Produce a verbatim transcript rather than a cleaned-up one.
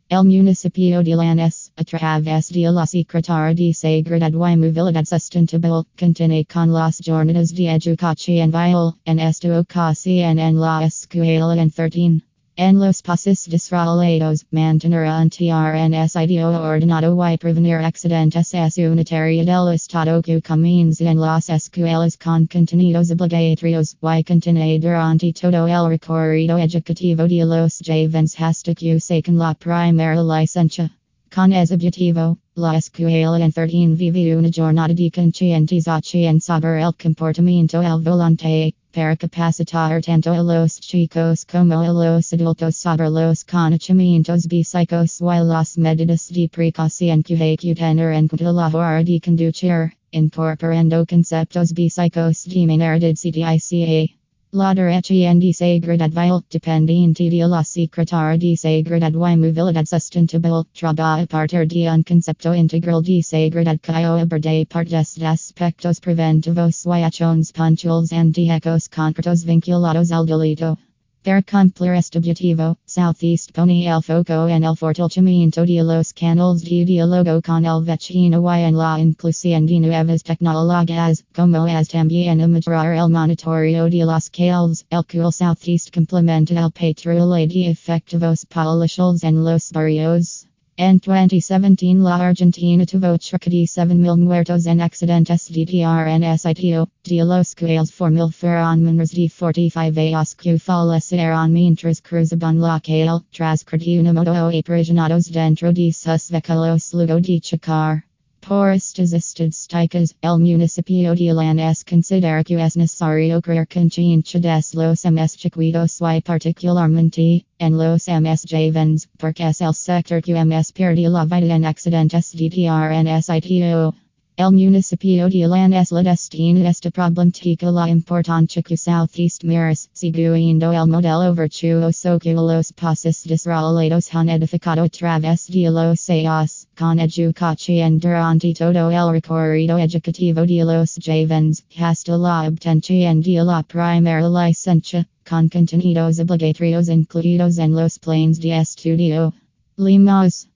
El municipio de Lanés, a través de la Secretaría de Seguridad y Movilidad Sustentable, contiene con las jornadas de educación vial, en esta ocasión en la escuela en trece. En los pasos desarrollados, mantener un tránsito ordenado y prevenir accidentes es una tarea del Estado que comienza en las escuelas con contenidos obligatorios y continúa durante todo el recorrido educativo de los jóvenes hasta que saquen la primera licencia. Con ese objetivo, la escuela en trece vive una jornada de concientización sobre el comportamiento el volante, para capacitar tanto a los chicos como a los adultos sobre los conocimientos básicos y las medidas de precaución que hay que tener en cuenta a la hora de conducir, incorporando conceptos básicos de manera didáctica. La Dirección de Seguridad Vial, dependiente de la Secretaría de Seguridad y Movilidad Sustentable, trabaja a partir de un concepto integral de seguridad que aborda partes de aspectos preventivos y acciones puntuales antiecos concretos vinculados al delito. Para cumplir este objetivo, Southeast pone el foco en el fortalecimiento de los canales de diálogo con el vecino y en la inclusión de nuevas tecnologías, como es también a mejorar el monitoreo de las calles, el cual Southeast complementa el patrullaje de efectivos policiales en los barrios. En twenty seventeen, la Argentina tuvo cerca de seven mil muertos en accidentes de tránsito, de los cuales four mil fueron menores de cuarenta y cinco que fallecieron mientras cruzaban la calle, transcurriendo una moto o aprisionados dentro de sus vehículos luego de chocar. Por estas estadísticas, el municipio de Lanés considera que es necesario crear conciencia de los más chiquitos y particularmente, en los más jóvenes, porque es el sector que más pierde la vida en accidentes de tránsito. El municipio de Lanés le destina esta problemática la importancia que Southeast miras, siguiendo el modelo virtuoso que los pasos desarrollados han edificado a través de los años, con educación durante todo el recorrido educativo de los jóvenes, hasta la obtención de la primera licencia, con contenidos obligatorios incluidos en los planes de estudio. Limos